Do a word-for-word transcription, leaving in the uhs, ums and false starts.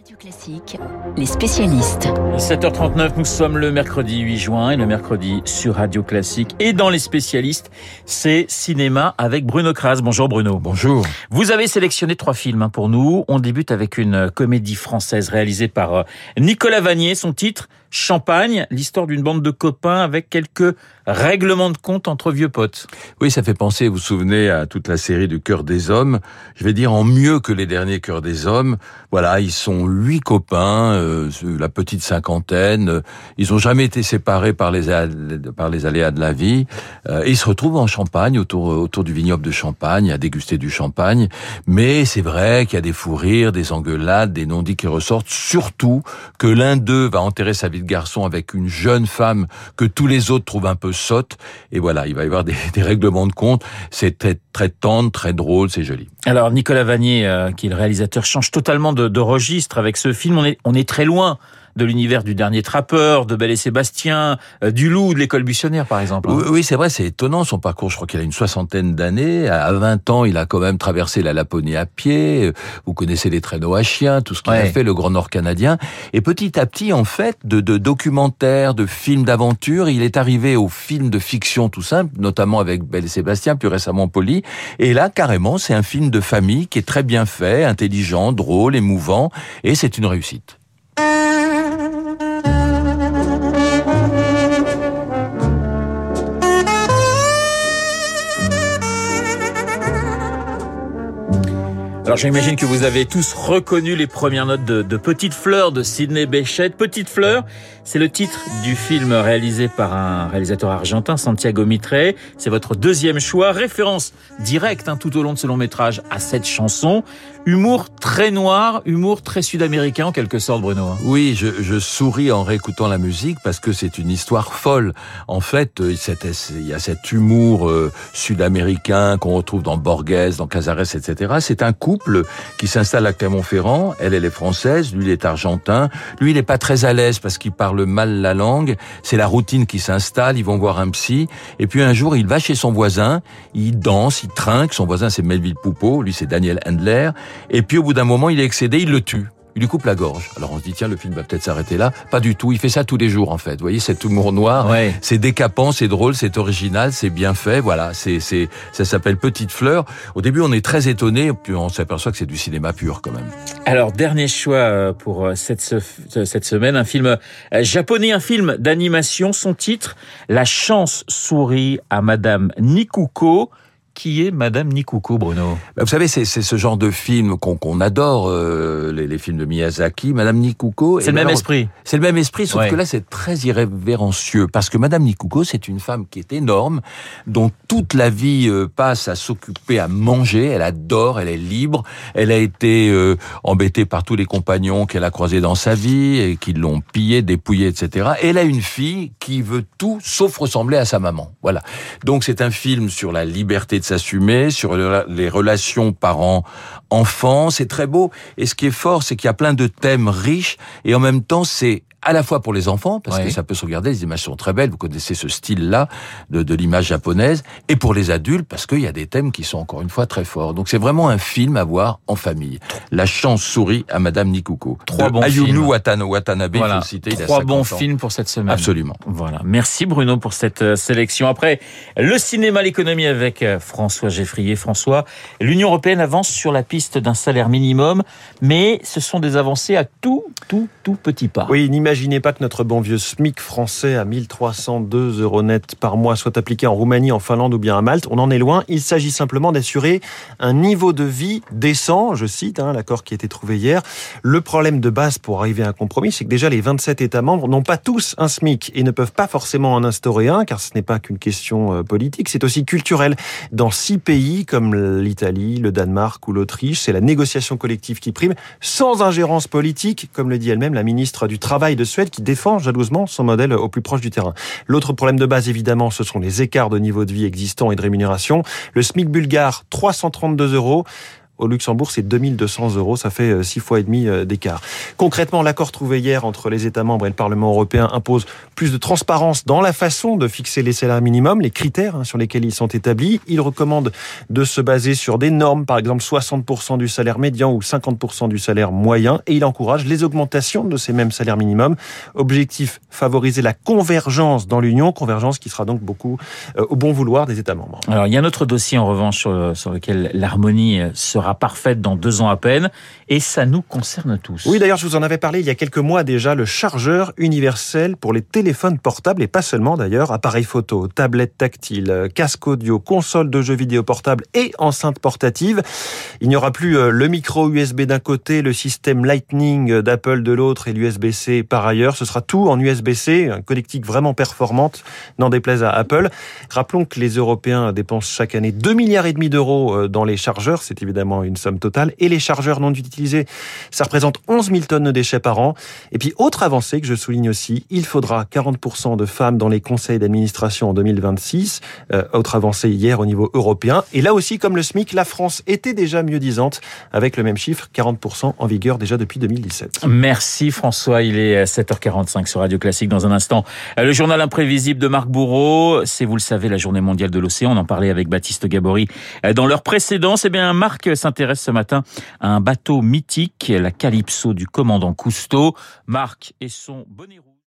Radio Classique, les spécialistes. sept heures trente-neuf, nous sommes le mercredi huit juin et le mercredi sur Radio Classique. Et dans les spécialistes, c'est cinéma avec Bruno Kras. Bonjour Bruno. Bonjour. Vous avez sélectionné trois films pour nous. On débute avec une comédie française réalisée par Nicolas Vanier. Son titre, Champagne, l'histoire d'une bande de copains avec quelques règlements de compte entre vieux potes. Oui, ça fait penser, vous vous souvenez, à toute la série du Cœur des Hommes. Je vais dire en mieux que les derniers Cœurs des Hommes. Voilà, ils sont huit copains, euh, la petite cinquantaine. Ils ont jamais été séparés par les par les aléas de la vie. Euh, et ils se retrouvent en Champagne, autour autour du vignoble de Champagne, à déguster du champagne. Mais c'est vrai qu'il y a des fous rires, des engueulades, des non-dits qui ressortent. Surtout que l'un d'eux va enterrer sa vie de garçon avec une jeune femme que tous les autres trouvent un peu sotte. Et voilà, il va y avoir des, des règlements de compte. C'est très, très tendre, très drôle, c'est joli. Alors, Nicolas Vanier, euh, qui est le réalisateur, change totalement de, de registre avec ce film. On est, on est très loin de l'univers du Dernier Trappeur, de Belle et Sébastien, euh, du Loup, de l'École buissonnière, par exemple. Oui, oui, c'est vrai, c'est étonnant son parcours. Je crois qu'il a une soixantaine d'années. À vingt ans, il a quand même traversé la Laponie à pied. Vous connaissez les traîneaux à chiens, tout ce qu'il ouais. a fait, le Grand Nord canadien. Et petit à petit, en fait, de, de documentaires, de films d'aventure, il est arrivé aux films de fiction tout simple, notamment avec Belle et Sébastien, plus récemment Polly. Et là, carrément, c'est un film de famille qui est très bien fait, intelligent, drôle, émouvant, et c'est une réussite. Alors j'imagine que vous avez tous reconnu les premières notes de, de Petite Fleur de Sidney Bechet. Petite Fleur, c'est le titre du film réalisé par un réalisateur argentin, Santiago Mitre. C'est votre deuxième choix, référence directe hein, tout au long de ce long métrage à cette chanson. Humour très noir, humour très sud-américain en quelque sorte, Bruno. Oui, je, je souris en réécoutant la musique parce que c'est une histoire folle. En fait, il y a cet humour euh, sud-américain qu'on retrouve dans Borges, dans Casares, et cetera. C'est un couple qui s'installe à Clermont-Ferrand. Elle, elle est française, lui, il est argentin. Lui, il est pas très à l'aise parce qu'il parle mal la langue. C'est la routine qui s'installe. Ils vont voir un psy. Et puis un jour, il va chez son voisin. Il danse, il trinque. Son voisin, c'est Melville Poupeau. Lui, c'est Daniel Handler. Et puis au bout d'un moment, il est excédé, il le tue. Il lui coupe la gorge. Alors on se dit, tiens, le film va peut-être s'arrêter là. Pas du tout, il fait ça tous les jours en fait. Vous voyez, cet humour noir, ouais. c'est décapant, c'est drôle, c'est original, c'est bien fait. Voilà, c'est, c'est, ça s'appelle Petite Fleur. Au début, on est très étonné, puis on s'aperçoit que c'est du cinéma pur quand même. Alors, dernier choix pour cette, cette semaine, un film japonais, un film d'animation. Son titre, La chance sourit à Madame Nikuko. Qui est Madame Nikuko, Bruno? Vous savez, c'est, c'est ce genre de film qu'on, qu'on adore, euh, les, les films de Miyazaki. Madame Nikuko... C'est le même esprit. C'est le même esprit, sauf ouais. que là, c'est très irrévérencieux. Parce que Madame Nikuko, c'est une femme qui est énorme, dont toute la vie euh, passe à s'occuper, à manger. Elle adore, elle est libre. Elle a été euh, embêtée par tous les compagnons qu'elle a croisés dans sa vie, et qui l'ont pillée, dépouillée, et cetera. Et elle a une fille qui veut tout, sauf ressembler à sa maman. Voilà. Donc, c'est un film sur la liberté de s'assumer, sur les relations parents-enfants, c'est très beau. Et ce qui est fort, c'est qu'il y a plein de thèmes riches, et en même temps, c'est à la fois pour les enfants, parce ouais. que ça peut se regarder, les images sont très belles, vous connaissez ce style-là de, de l'image japonaise, et pour les adultes, parce qu'il y a des thèmes qui sont encore une fois très forts. Donc c'est vraiment un film à voir en famille. La chance sourit à Madame Nikuko. Trois bons Ayumu films. Watanabe, Watanabe, voilà. il faut le citer. Trois bons ans. films pour cette semaine. Absolument. Voilà. Merci Bruno pour cette sélection. Après, le cinéma, l'économie avec François Geffrier. François, l'Union européenne avance sur la piste d'un salaire minimum, mais ce sont des avancées à tout, tout, tout petit pas. Oui, n'imaginez pas que notre bon vieux SMIC français à mille trois cent deux euros net par mois soit appliqué en Roumanie, en Finlande ou bien à Malte. On en est loin. Il s'agit simplement d'assurer un niveau de vie décent, je cite hein, l'accord qui a été trouvé hier. Le problème de base pour arriver à un compromis, c'est que déjà les vingt-sept États membres n'ont pas tous un SMIC et ne peuvent pas forcément en instaurer un, car ce n'est pas qu'une question politique, c'est aussi culturel. Dans six pays comme l'Italie, le Danemark ou l'Autriche, c'est la négociation collective qui prime, sans ingérence politique, comme le dit elle-même la ministre du Travail de Suède, qui défend jalousement son modèle au plus proche du terrain. L'autre problème de base, évidemment, ce sont les écarts de niveau de vie existants et de rémunération. Le SMIC bulgare, trois cent trente-deux euros. Au Luxembourg, c'est deux mille deux cents euros, ça fait six fois et demi d'écart. Concrètement, l'accord trouvé hier entre les États membres et le Parlement européen impose plus de transparence dans la façon de fixer les salaires minimums, les critères hein, sur lesquels ils sont établis. Il recommande de se baser sur des normes, par exemple soixante pour cent du salaire médian ou cinquante pour cent du salaire moyen, et il encourage les augmentations de ces mêmes salaires minimums. Objectif, favoriser la convergence dans l'Union, convergence qui sera donc beaucoup euh, au bon vouloir des États membres. Alors, il y a un autre dossier, en revanche, sur, sur lequel l'harmonie sera parfaite dans deux ans à peine, et ça nous concerne tous. Oui, d'ailleurs, je vous en avais parlé il y a quelques mois déjà, le chargeur universel pour les téléphones portables, et pas seulement d'ailleurs, appareils photo, tablettes tactiles, casque audio, console de jeux vidéo portable et enceinte portative. Il n'y aura plus le micro U S B d'un côté, le système Lightning d'Apple de l'autre et l'U S B-C par ailleurs. Ce sera tout en U S B-C, une connectique vraiment performante, n'en déplaise à Apple. Rappelons que les Européens dépensent chaque année deux milliards et demi d'euros dans les chargeurs, c'est évidemment une somme totale, et les chargeurs non utilisés, ça représente onze mille tonnes de déchets par an. Et puis, autre avancée que je souligne aussi, il faudra quarante pour cent de femmes dans les conseils d'administration en deux mille vingt-six. Euh, autre avancée hier au niveau européen. Et là aussi, comme le SMIC, la France était déjà mieux disante avec le même chiffre, quarante pour cent en vigueur déjà depuis deux mille dix-sept. Merci François, il est sept heures quarante-cinq sur Radio Classique. Dans un instant, le journal imprévisible de Marc Bourreau. C'est, vous le savez, la journée mondiale de l'océan. On en parlait avec Baptiste Gabory dans l'heure précédente. Eh bien, Marc s'intéresse ce matin à un bateau mythique, la Calypso du commandant Cousteau. Marc et son bonnet rouge.